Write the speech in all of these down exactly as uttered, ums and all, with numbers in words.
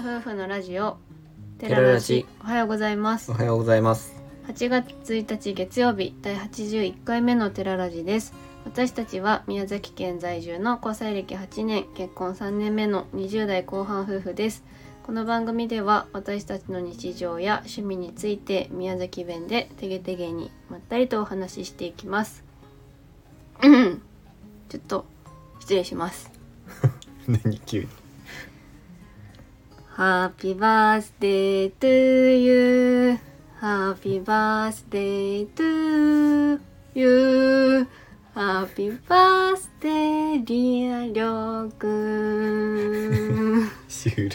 夫婦のラジオテララジ。 おはようございます。 おはようございます。 はちがつついたち月曜日、だいはちじゅういっかいめのテララジです。私たちは宮崎県在住の交際歴はちねん、結婚さんねんめのにじゅう代後半夫婦です。この番組では私たちの日常や趣味について宮崎弁でてげてげにまったりとお話ししていきます。うんちょっと失礼します。 何急に。 Happy birthday to you Happy birthday to you Happy birthday dear りょうくんシュール。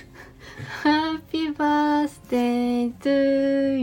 Happy birthday to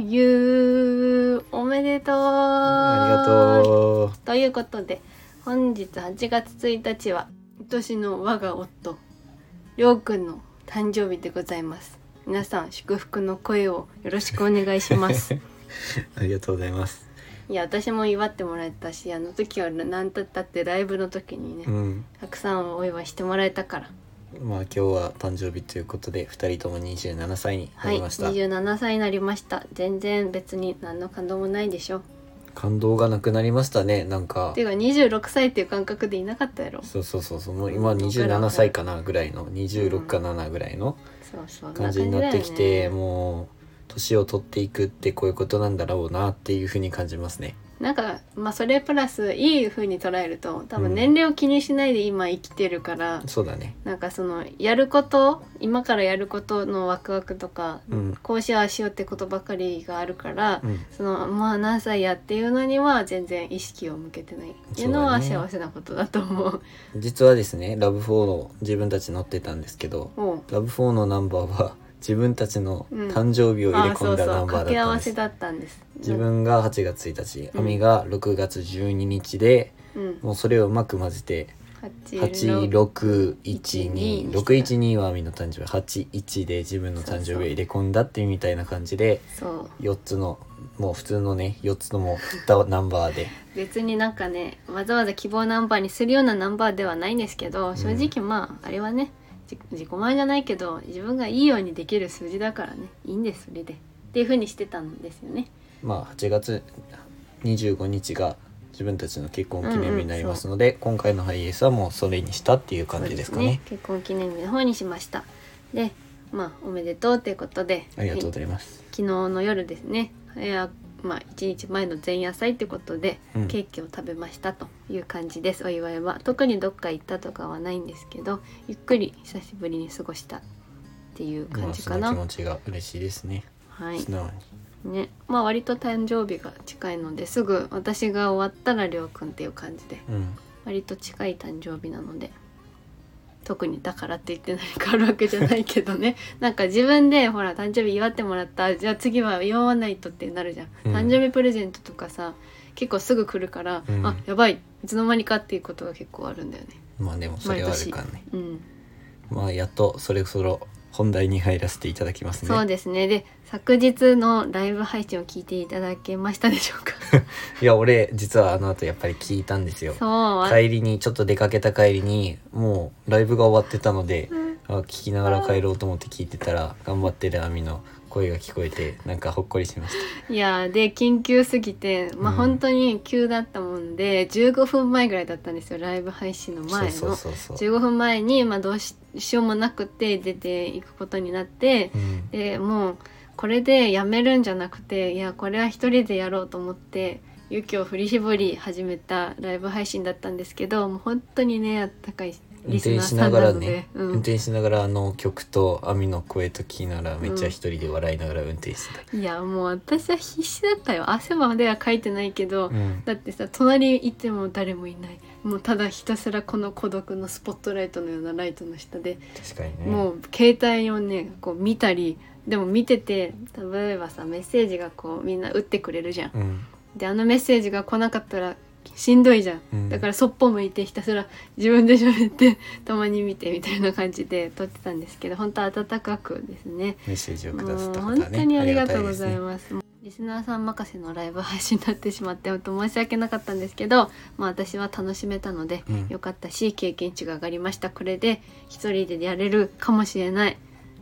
you おめでとう。 ありがとう。 ということで本日はちがつついたちは愛しの我が夫りょうくんの誕生日でございます。皆さん祝福の声をよろしくお願いしますありがとうございます。 いや私も祝ってもらえたし、あの時は何たったってライブの時にね、 うん、 たくさんお祝いしてもらえたから。 まあ今日は誕生日ということでふたりともにじゅうななさいになりました。 はい、にじゅうななさいになりました。全然別に何の感動もないでしょ。 感動がなくなりましたね。なんかていうかにじゅうろくさいっていう感覚でいなかったやろ。 そうそうそうそう、もう今にじゅうななさいかなぐらいのにじゅうろくかななぐらいの感じになってきて、 うん、 もう年を取っていくってこういうことなんだろうなっていうふうに感じますね。 なんかまあそれプラスいい風に捉えると多分年齢を気にしないで今生きてるから、 うん、そうだね。 なんかそのやること今からやることのワクワクとか、うん、こうしようああしようってことばかりがあるから、うん、そのまあ何歳やっていうのには全然意識を向けてないっていうのは幸せなことだと思う。 実はですねラブフォーの自分たち乗ってたんですけど、ラブフォーのナンバーは自分たちの誕生日を入れ込んだナンバーだったんです。 そうそう掛け合わせだったんです。 自分がはちがつついたち、亜美がろくがつじゅうににちで、うん、もうそれをうまく混ぜてはちろくいちに ろくいちには亜美の誕生日、はちいちで自分の誕生日を入れ込んだっていうみたいな感じで、そうよっつのもう普通のねよっつのも振ったナンバーで別になんかねわざわざ希望ナンバーにするようなナンバーではないんですけど、正直まああれはね自己満じゃないけど自分がいいようにできる数字だからね、いいんです。それでっていう風にしてたんですよね。 まあはちがつにじゅうごにちが自分たちの結婚記念日になりますので、うんうん、今回のハイエースはもうそれにしたっていう感じですかね。 そうですね、結婚記念日の方にしました。でまあおめでとうということでありがとうございます。 昨日の夜ですね、まあいちにちまえの前夜祭ってことで、うん、ケーキを食べましたという感じです。お祝いは特にどっか行ったとかはないんですけど、ゆっくり久しぶりに過ごしたっていう感じかな。 まあ、その気持ちが嬉しいですね。 はい、 素直にね、まあ割と誕生日が近いのですぐ私が終わったらりょうくんっていう感じで、うん、割と近い誕生日なので特にだからって言って何かあるわけじゃないけどねなんか自分でほら誕生日祝ってもらった、じゃあ次は祝わないとってなるじゃん、うん、誕生日プレゼントとかさ結構すぐ来るから、うん、あやばいいつの間にかっていうことが結構あるんだよね。 まあでもそれはあるからね、 うん、 まあやっとそれそろ本題に入らせていただきますね。 そうですね。で昨日のライブ配信を聞いていただけましたでしょうかいや俺実はあの後やっぱり聞いたんですよ。そう帰りにちょっと出かけた帰りにもうライブが終わってたので、うん、あ聞きながら帰ろうと思って聞いてたら頑張ってる亜美の声が聞こえてなんかほっこりしました。 いやで緊急すぎてまあ、うん、本当に急だったもんでじゅうごふんまえぐらいだったんですよ、ライブ配信の前の。そうそうそうそうじゅうごふんまえに、まあ、どうしようもなくて出ていくことになって、うん、でもうこれでやめるんじゃなくていやこれは一人でやろうと思って勇気を振り絞り始めたライブ配信だったんですけど、もう本当にねあったかい運転しながらね、うん、運転しながらあの曲と亜美の声と聞きながらめっちゃ一人で笑いながら運転してた、 うん、いやもう私は必死だったよ。汗まではかいてないけど、うん、だってさ隣いても誰もいない、もうただひたすらこの孤独のスポットライトのようなライトの下で確かにねもう携帯をねこう見たり、でも見てて例えばさメッセージがこうみんな打ってくれるじゃん、うん、であのメッセージが来なかったらしんどいじゃん、うん、だからそっぽ向いてひたすら自分で喋ってたまに見てみたいな感じで撮ってたんですけど、本当温かくですねメッセージをくださった方ね本当にありがとうございます。リスナーさん任せのライブ配信になってしまって本当申し訳なかったんですけど、まあ、私は楽しめたので、うん、よかったし経験値が上がりました。これで一人でやれるかもしれない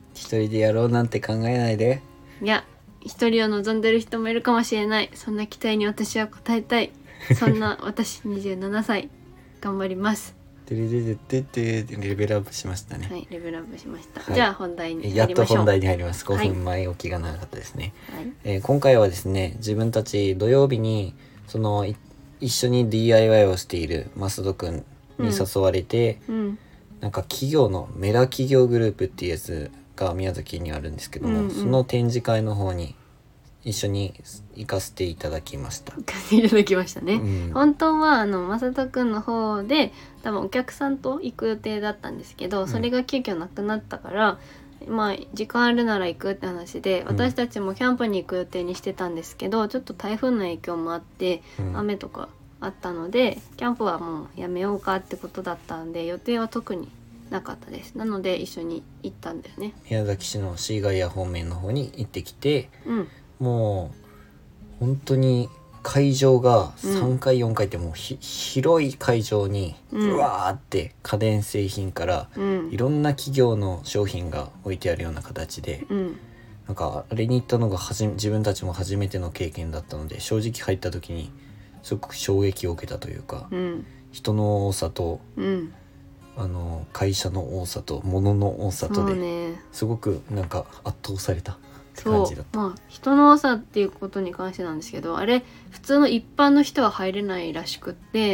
一人でやろうなんて考えないで。 いや、一人を望んでる人もいるかもしれない。そんな期待に私は応えたい。そんな私にじゅうななさい頑張ります。 ででででででレベルアップしましたね。 はい、レベルアップしました、 はい、 じゃあ本題に入りやましょう。 っと本題に入ります。ごふんまえ置きが長かったですね、 はい。 えー、今回はですね、自分たち土曜日にその一緒に ディーアイワイ をしているマスドくんに誘われて、 うんうん、 なんか企業のメラ企業グループっていうやつが宮崎にあるんですけども、うんうん、その展示会の方に一緒に行かせていただきました。 行かせていただきましたね、 うん、 本当はあのまさとくんの方で多分お客さんと行く予定だったんですけど、それが急遽なくなったから、うん、まあ時間あるなら行くって話で、私たちもキャンプに行く予定にしてたんですけど、ちょっと台風の影響もあって、うん、雨とかあったのでキャンプはもうやめようかってことだったんで、予定は特になかったです。なので一緒に行ったんだよね。 宮崎市のシーガイア方面の方に行ってきて、 うん、 もう本当に会場がさんかいよんかいってもうひ、うん、広い会場にうわーって家電製品からいろんな企業の商品が置いてあるような形で、うん、なんかあれに行ったのがはじ自分たちも初めての経験だったので、正直入った時にすごく衝撃を受けたというか、うん、人の多さと、うん、あの会社の多さと物の多さとで、ね、すごくなんか圧倒された感じだった。 まあ人の多さっていうことに関してなんですけど、あれ普通の一般の人は入れないらしくって、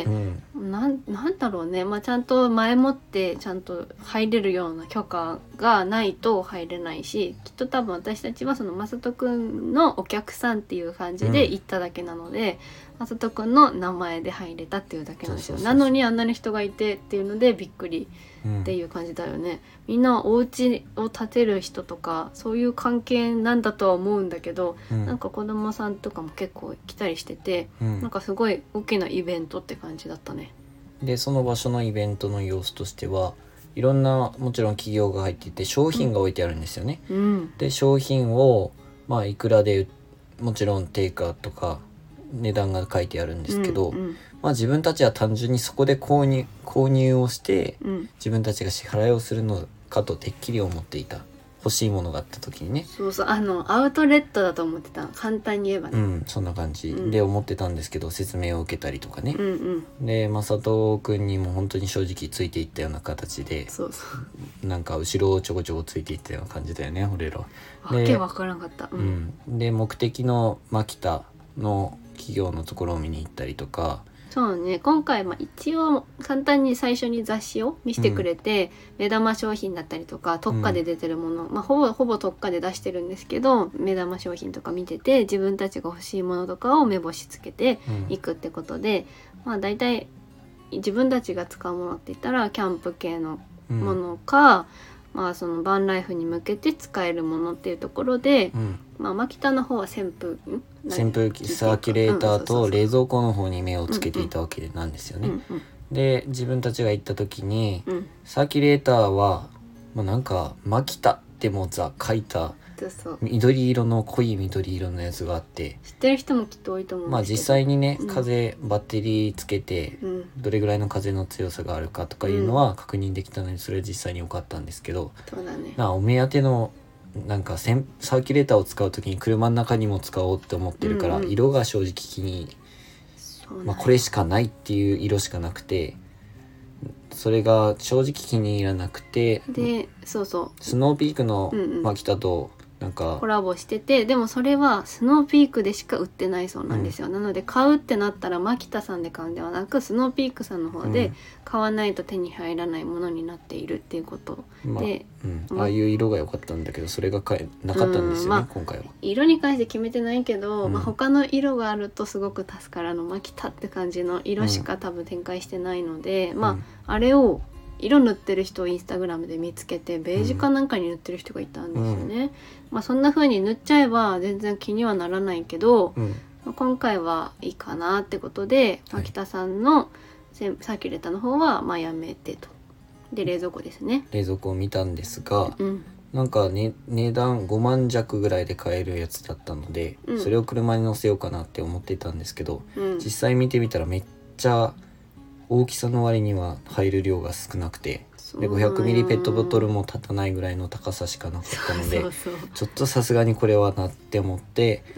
うん、なんなんだろうね、まあちゃんと前もってちゃんと入れるような許可がないと入れないし、きっと多分私たちはそのまさとくんのお客さんっていう感じで行っただけなので、うん、まさとくんの名前で入れたっていうだけなんですよ。なのにあんなに人がいてっていうのでびっくりっていう感じだよね、うん、みんなお家を建てる人とかそういう関係なんだとは思うんだけど、うん、なんか子供さんとかも結構来たりしてて、うん、なんかすごい大きなイベントって感じだったね。 でその場所のイベントの様子としてはいろんなもちろん企業が入っていて商品が置いてあるんですよね、うん、で商品をまあいくらでもちろん定価とか値段が書いてあるんですけど、うんうん、まあ、自分たちは単純にそこで購入、購入をして、うん、自分たちが支払いをするのかとてっきり思っていた。欲しいものがあった時にね、 そうそう、あのアウトレットだと思ってた、簡単に言えばね、 うん、そんな感じで思ってたんですけど、うん、説明を受けたりとかね、うんうん、で正人くんにも本当に正直ついていったような形で、 そうそうなんか後ろをちょこちょこついていったような感じだよね、俺ら。 わけわからんかった、 うんうん、で目的のマキタの企業のところを見に行ったりとか、 そうね、今回、まあ、一応簡単に最初に雑誌を見せてくれて、うん、目玉商品だったりとか特価で出てるもの、うん、まあ、ほぼほぼ特価で出してるんですけど、目玉商品とか見てて自分たちが欲しいものとかを目星つけていくってことで、うん、まあ大体自分たちが使うものって言ったらキャンプ系のものか、うん、まあそのバンライフに向けて使えるものっていうところで、うん、まあマキタの方は扇風機扇風機サーキュレーターと冷蔵庫の方に目をつけていたわけなんですよね、うんうん、で自分たちが行った時に、うん、サーキュレーターは、まあ、なんかマキタってもザ書いた緑色の濃い緑色のやつがあって、 知ってる人もきっと多いと思うんですけど、 まあ実際にね、風バッテリーつけてどれぐらいの風の強さがあるかとかいうのは確認できたので、それは実際に良かったんですけど、 そうだね、 まあお目当てのなんかサーキュレーターを使う時に車の中にも使おうって思ってるから、うんうん、色が正直気に、まあ、これしかないっていう色しかなくて、それが正直気に入らなくて、 でそうそうスノーピークのマキタとなんかコラボしてて、でもそれはスノーピークでしか売ってないそうなんですよ、うん、なので買うってなったらマキタさんで買うんではなくスノーピークさんの方で買わないと手に入らないものになっているっていうことで、まあうん、ああいう色が良かったんだけどそれが買えなかったんですよね、うん、まあ、今回は色に関して決めてないけど、うん、まあ、他の色があるとすごく助かる、あのマキタって感じの色しか多分展開してないので、うん、まああれを色塗ってる人をインスタグラムで見つけてベージュかなんかに塗ってる人がいたんですよね、うん、まあそんな風に塗っちゃえば全然気にはならないけど、うん、まあ、今回はいいかなってことで、はい、秋田さんのサーキュレーターの方はまあやめてと。で冷蔵庫ですね、 冷蔵庫を見たんですが、うん、なんか、ね、値段ごまん弱ぐらいで買えるやつだったので、うん、それを車に乗せようかなって思ってたんですけど、うん、実際見てみたらめっちゃ大きさの割には入る量が少なくて、 でごひゃくミリペットボトルも立たないぐらいの高さしかなかったので、 そうそうそう、 ちょっとさすがにこれはなって思って、 うん、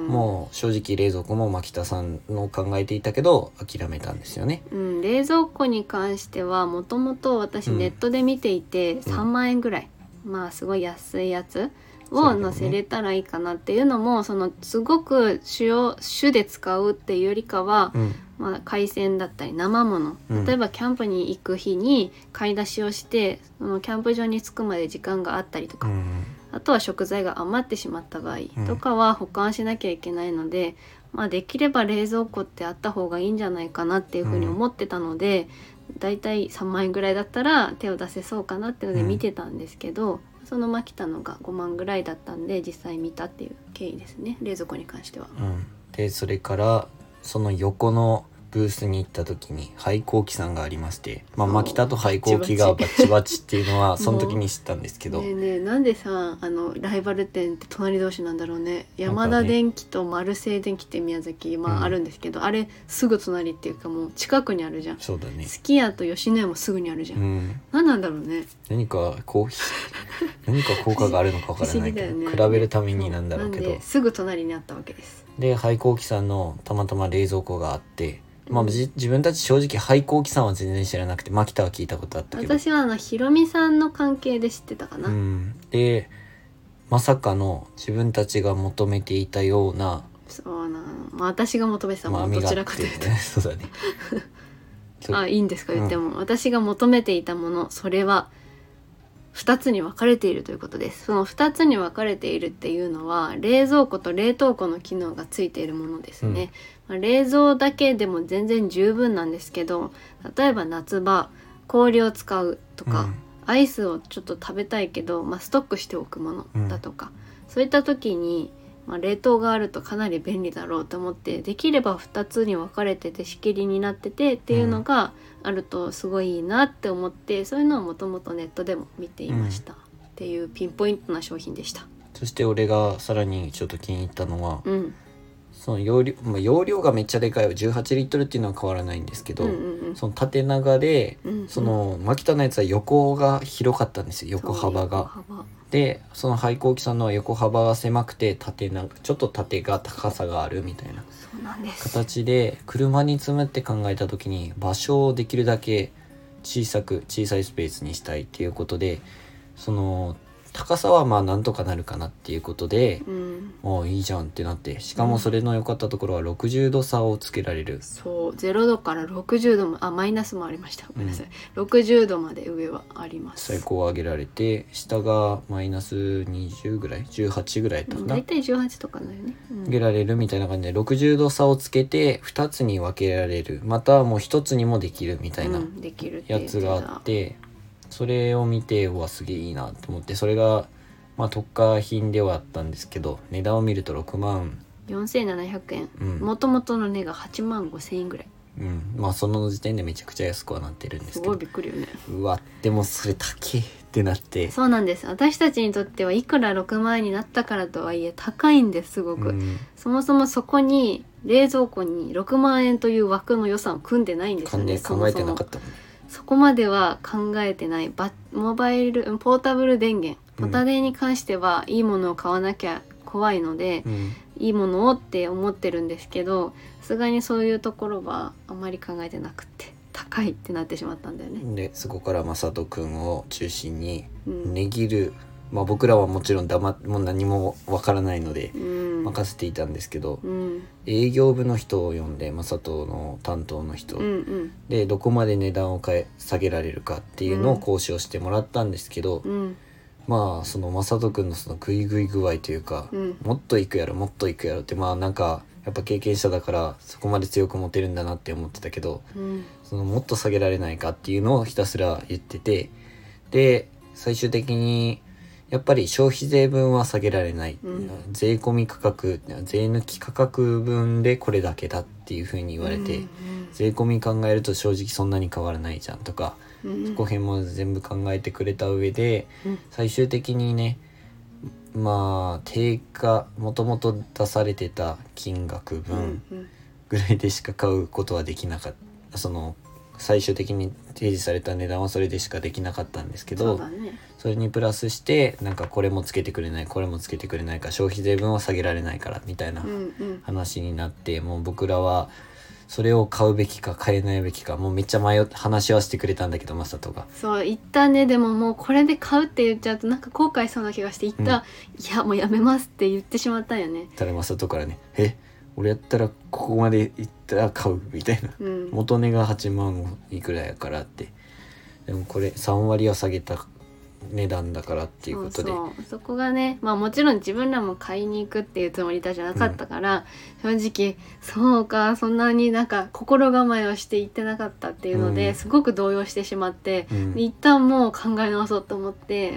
もう正直冷蔵庫も牧田さんの考えていたけど諦めたんですよね。 うん、冷蔵庫に関してはもともと私ネットで見ていてさんまんえんぐらい、うん、まあすごい安いやつを載せれたらいいかなっていうのも、そのすごく主要主で使うっていうよりかは、 うん、 まあ、海鮮だったり生もの、例えばキャンプに行く日に買い出しをしてそのキャンプ場に着くまで時間があったりとか、 うん、 あとは食材が余ってしまった場合とかは保管しなきゃいけないので、まあ、できれば冷蔵庫ってあった方がいいんじゃないかなっていうふうに思ってたので、うん、だいたいさんまんえんぐらいだったら手を出せそうかなっていうので見てたんですけど、うん、その牧田のがごまんぐらいだったんで実際見たっていう経緯ですね、冷蔵庫に関しては。 うん、でそれからその横のブースに行った時に廃校機さんがありまして、まあ、牧田と廃校機がバチバチっていうのはその時に知ったんですけどねえねえ、なんでさあのライバル店って隣同士なんだろうね。山田電機と丸清電機って宮崎、まあ、あるんですけど、うん、あれすぐ隣っていうかもう近くにあるじゃん。 そうだね。 すき家と吉野家もすぐにあるじゃん、うん、何なんだろうね。 何かこう何か効果があるのかわからないけど、ね、比べるためになんだろうけど、 すぐ隣にあったわけです。 で廃校機さんのたまたま冷蔵庫があって、まあ、自分たち正直廃校機さんは全然知らなくて牧田は聞いたことあったけど、 私はあのひろみさんの関係で知ってたかな、 うん、でまさかの自分たちが求めていたような、 そうなの、まあ、私が求めてたもの、まあ、どちらかというと、 ね、そうだねあ、いいんですか言っても、うん、私が求めていたもの、それはふたつに分かれているということです。そのふたつに分かれているっていうのは冷蔵庫と冷凍庫の機能がついているものですね、うん、まあ、冷蔵だけでも全然十分なんですけど、例えば夏場氷を使うとか、うん、アイスをちょっと食べたいけど、まあ、ストックしておくものだとか、うん、そういった時に、まあ、冷凍があるとかなり便利だろうと思って、できればふたつに分かれてて仕切りになっててっていうのがあるとすごいいいなって思って、そういうのをもともとネットでも見ていました、うん、っていうピンポイントな商品でした。 そして俺がさらにちょっと気に入ったのは、 うん、 その容量、まあ、容量がめっちゃでかいよ、じゅうはちリットルっていうのは変わらないんですけど、うんうんうん、その縦長で、うんうん、その牧田のやつは横が広かったんですよ、横幅が。でその廃校機さんのは横幅が狭くて縦長、ちょっと縦が高さがあるみたいな形で、車に積むって考えた時に場所をできるだけ小さく小さいスペースにしたいっていうことで、その高さはまあなんとかなるかなっていうことで、うん、もういいじゃんってなって、しかもそれの良かったところはろくじゅうど差をつけられる、うん、そうゼロどからろくじゅうども、あマイナスもありました、ごめんなさい、うん、ろくじゅうどまで上はあります。 最高を上げられて、下がマイナスにじゅうぐらいじゅうはちぐらいだったかな、 だいたいじゅうはちとかだよね、 うん、上げられるみたいな感じでろくじゅうど差をつけてふたつに分けられる、またはもうひとつにもできるみたいなやつがあって、それを見てうわすげえいいなと思って、それがまあ特価品ではあったんですけど、値段を見るとろくまんよんせんななひゃくえん、もともとの値がはちまんごせんえんぐらい、 うん、まあその時点でめちゃくちゃ安くはなってるんですけど、 すごいびっくりよね。 うわでもそれ高えってなって。 そうなんです、私たちにとってはいくらろくまんえんになったからとはいえ高いんです、すごく、うん、そもそもそこに冷蔵庫にろくまんえんという枠の予算を組んでないんですよね。 考えてなかったもん。 そこまでは考えてない。バモバイルポータブル電源、ポタ電に関してはいいものを買わなきゃ怖いので、うん、いいものをって思ってるんですけど、さすがにそういうところはあまり考えてなくて高いってなってしまったんだよね。 でそこから正人くんを中心に値切る、うん、まあ僕らはもちろん黙もう何もわからないので任せていたんですけど、うん、営業部の人を呼んで正人の担当の人、うんうん、でどこまで値段を変え下げられるかっていうのを交渉してもらったんですけど、うん、まあその正人くんのそのグイグイ具合というか、うん、もっといくやろもっといくやろって、まあなんかやっぱ経験者だからそこまで強く持てるんだなって思ってたけど、うん、そのもっと下げられないかっていうのをひたすら言ってて、で最終的にやっぱり消費税分は下げられない、うん、税込み価格税抜き価格分でこれだけだっていう風に言われて、うんうん、税込み考えると正直そんなに変わらないじゃんとか、うん、そこ辺も全部考えてくれた上で、うん、最終的にね、まあ定価もともと出されてた金額分ぐらいでしか買うことはできなかった、その最終的に提示された値段はそれでしかできなかったんですけど、 そうだね、 それにプラスしてなんかこれもつけてくれないこれもつけてくれないから消費税分を下げられないからみたいな話になって、うんうん、もう僕らはそれを買うべきか買えないべきかもうめっちゃ迷って話はしてくれたんだけどマサトがそう一旦ね、でももうこれで買うって言っちゃうとなんか後悔しそうな気がして一旦、うん、いやもうやめますって言ってしまったんよね。 ただマサトからねえ俺やったらここまでいったら買うみたいな、うん、元値がはちまんいくらやからって、でもこれさんわりは下げた値段だからっていうことで、 そうそうそこがね、まあもちろん自分らも買いに行くっていうつもりじゃなかったから、うん、正直そうかそんなになんか心構えをして行ってなかったっていうので、うん、すごく動揺してしまって、うん、一旦もう考え直そうと思って、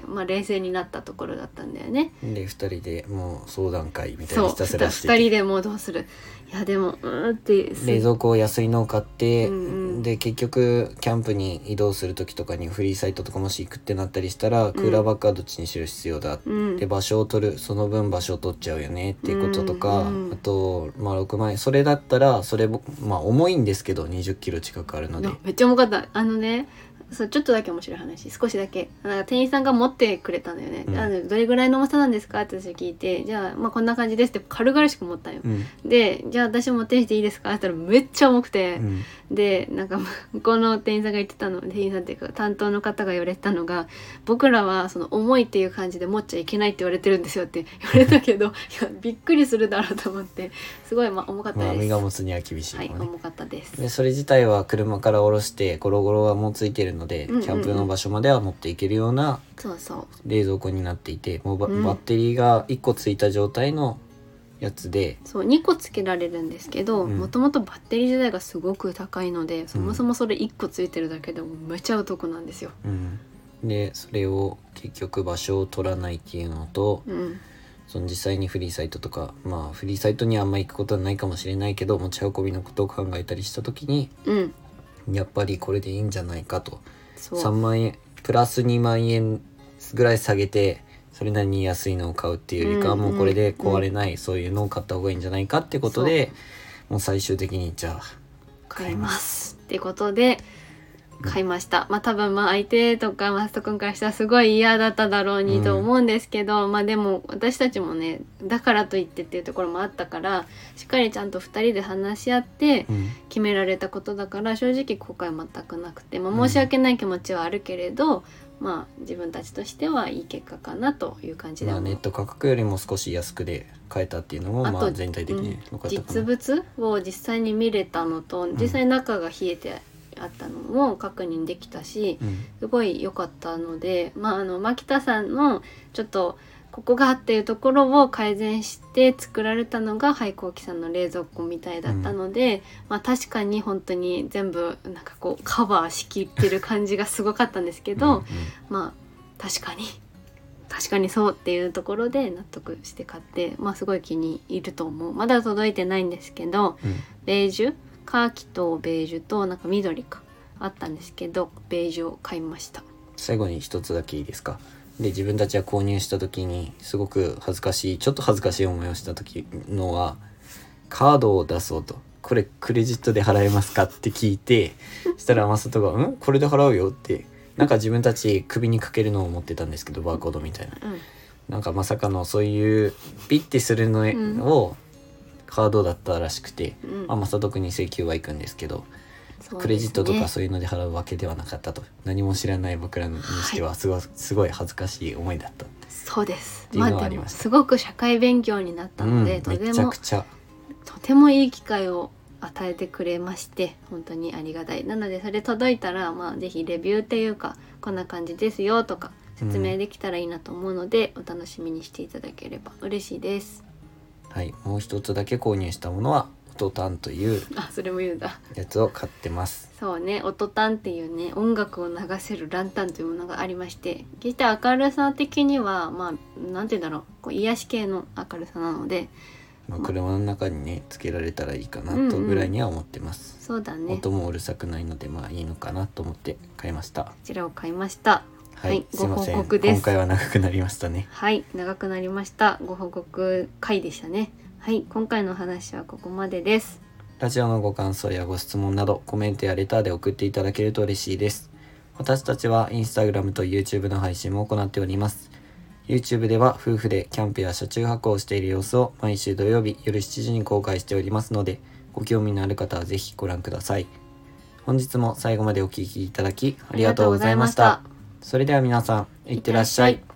まあ、冷静になったところだったんだよね。 でふたりでもう相談会みたいなひたすらしてて、 ふたりでもうどうする、いやでもうーんって冷蔵庫を安いのを買って、うんうん、で結局キャンプに移動する時とかにフリーサイトとかもし行くってなったりしたら、うん、クーラーバッグはどっちにしろ必要だ、うん、で場所を取るその分場所を取っちゃうよねっていうこととか、うんうん、あと、まあ、ろくまんえんそれだったらそれも、まあ、重いんですけどにじゅっキロ近くあるのでめっちゃ重かった。あのねそうちょっとだけ面白い話少しだけなんか店員さんが持ってくれたんだよね、うん、あのどれぐらいの重さなんですかって私聞いて、じゃあ、まあ、こんな感じですって軽々しく持ったんよ、うん、でじゃあ私持ってきていいですかって言ったらめっちゃ重くて、うん、でなんか向こうの店員さんが言ってたの店員さんっていうか担当の方が言われてたのが、僕らはその重いっていう感じで持っちゃいけないって言われてるんですよって言われたけどいやびっくりするだろうと思ってすごいまあ重かったです。 まあ、身が持つには厳しいもんね、はい、重かったです。 でそれ自体は車から降ろしてゴロゴロがもうついてるので、うんうんうん、キャンプの場所までは持っていけるような冷蔵庫になっていて、もう バ,、うん、バッテリーがいっこついた状態のやつで、 そうにこつけられるんですけど、もともとバッテリー自体がすごく高いので、そもそもそれいっこついてるだけでもめちゃお得なんですよ、 うん、でそれを結局場所を取らないっていうのと、うん、その実際にフリーサイトとか、まあフリーサイトにはあんま行くことはないかもしれないけど持ち運びのことを考えたりした時に、うん、やっぱりこれでいいんじゃないかと、さんまんえんプラスにまんえんぐらい下げてそれなりに安いのを買うっていうよりかは、もうこれで壊れない、うん、そういうのを買った方がいいんじゃないかってことで、もう最終的にじゃあ買いますってことで買いました、うん、まあ多分まあ相手とかマスト君からしたらすごい嫌だっただろうにと思うんですけど、うん、まあでも私たちもねだからといってっていうところもあったからしっかりちゃんとふたりで話し合って決められたことだから、正直後悔は全くなくて、まあ、申し訳ない気持ちはあるけれど、まあ自分たちとしてはいい結果かなという感じで、 まあ、ネット価格よりも少し安くで買えたっていうのもまあ全体的に良かったかな、うん、 実物を実際に見れたのと実際中が冷えてあったのも確認できたし、うん、すごい良かったので、まああの牧田さんのちょっとここがっていうところを改善して作られたのが廃校機さんの冷蔵庫みたいだったので、うん、まあ確かに本当に全部なんかこうカバーしきってる感じがすごかったんですけどうん、うん、まあ確かに確かにそうっていうところで納得して買って、まあすごい気に入ると思う。まだ届いてないんですけど、うん、ベージュカーキとベージュとなんか緑かあったんですけどベージュを買いました。 最後に一つだけいいですか。で自分たちが購入した時にすごく恥ずかしいちょっと恥ずかしい思いをした時のはカードを出そうと、これクレジットで払えますかって聞いてしたらマサトがんこれで払うよってなんか自分たち首にかけるのを思ってたんですけどバーコードみたいな、うん、なんかまさかのそういうピッてするのを、うん、カードだったらしくて、うんまあ、マサト君に請求は行くんですけどクレジットとかそういうので払うわけではなかったと、何も知らない僕らにしてはすごい、はい、すごい恥ずかしい思いだったそうですっていうのはありました、 まあ、すごく社会勉強になったので、 うん、 とてもめちゃくちゃとてもいい機会を与えてくれまして本当にありがたい。なのでそれ届いたら、まあ、ぜひレビューっていうかこんな感じですよとか説明できたらいいなと思うので、うん、お楽しみにしていただければ嬉しいです。 はい、もう一つだけ購入したものはオトタンというあそれも言うんだやつを買ってます。 そうね、オトタンっていうね音楽を流せるランタンというものがありまして、決して明るさ的にはまあなんて言うんだろう、こう癒し系の明るさなので、 まあ、車の中にねつけられたらいいかなとぐらいには思ってます、 うんうん、そうだね、 音もうるさくないのでまあいいのかなと思って買いました。こちらを買いました。 はい、はい、 ご報告です。 今回は長くなりましたね。 はい長くなりました。ご報告回でしたね。はい今回の話はここまでです。 ラジオのご感想やご質問などコメントやレターで送っていただけると嬉しいです。私たちはインスタグラムと YouTube の配信も行っております。YouTube では夫婦でキャンプや車中泊をしている様子を毎週土曜日夜しちじに公開しておりますので、ご興味のある方はぜひご覧ください。本日も最後までお聞きいただきありがとうございました。それでは皆さん、いってらっしゃい。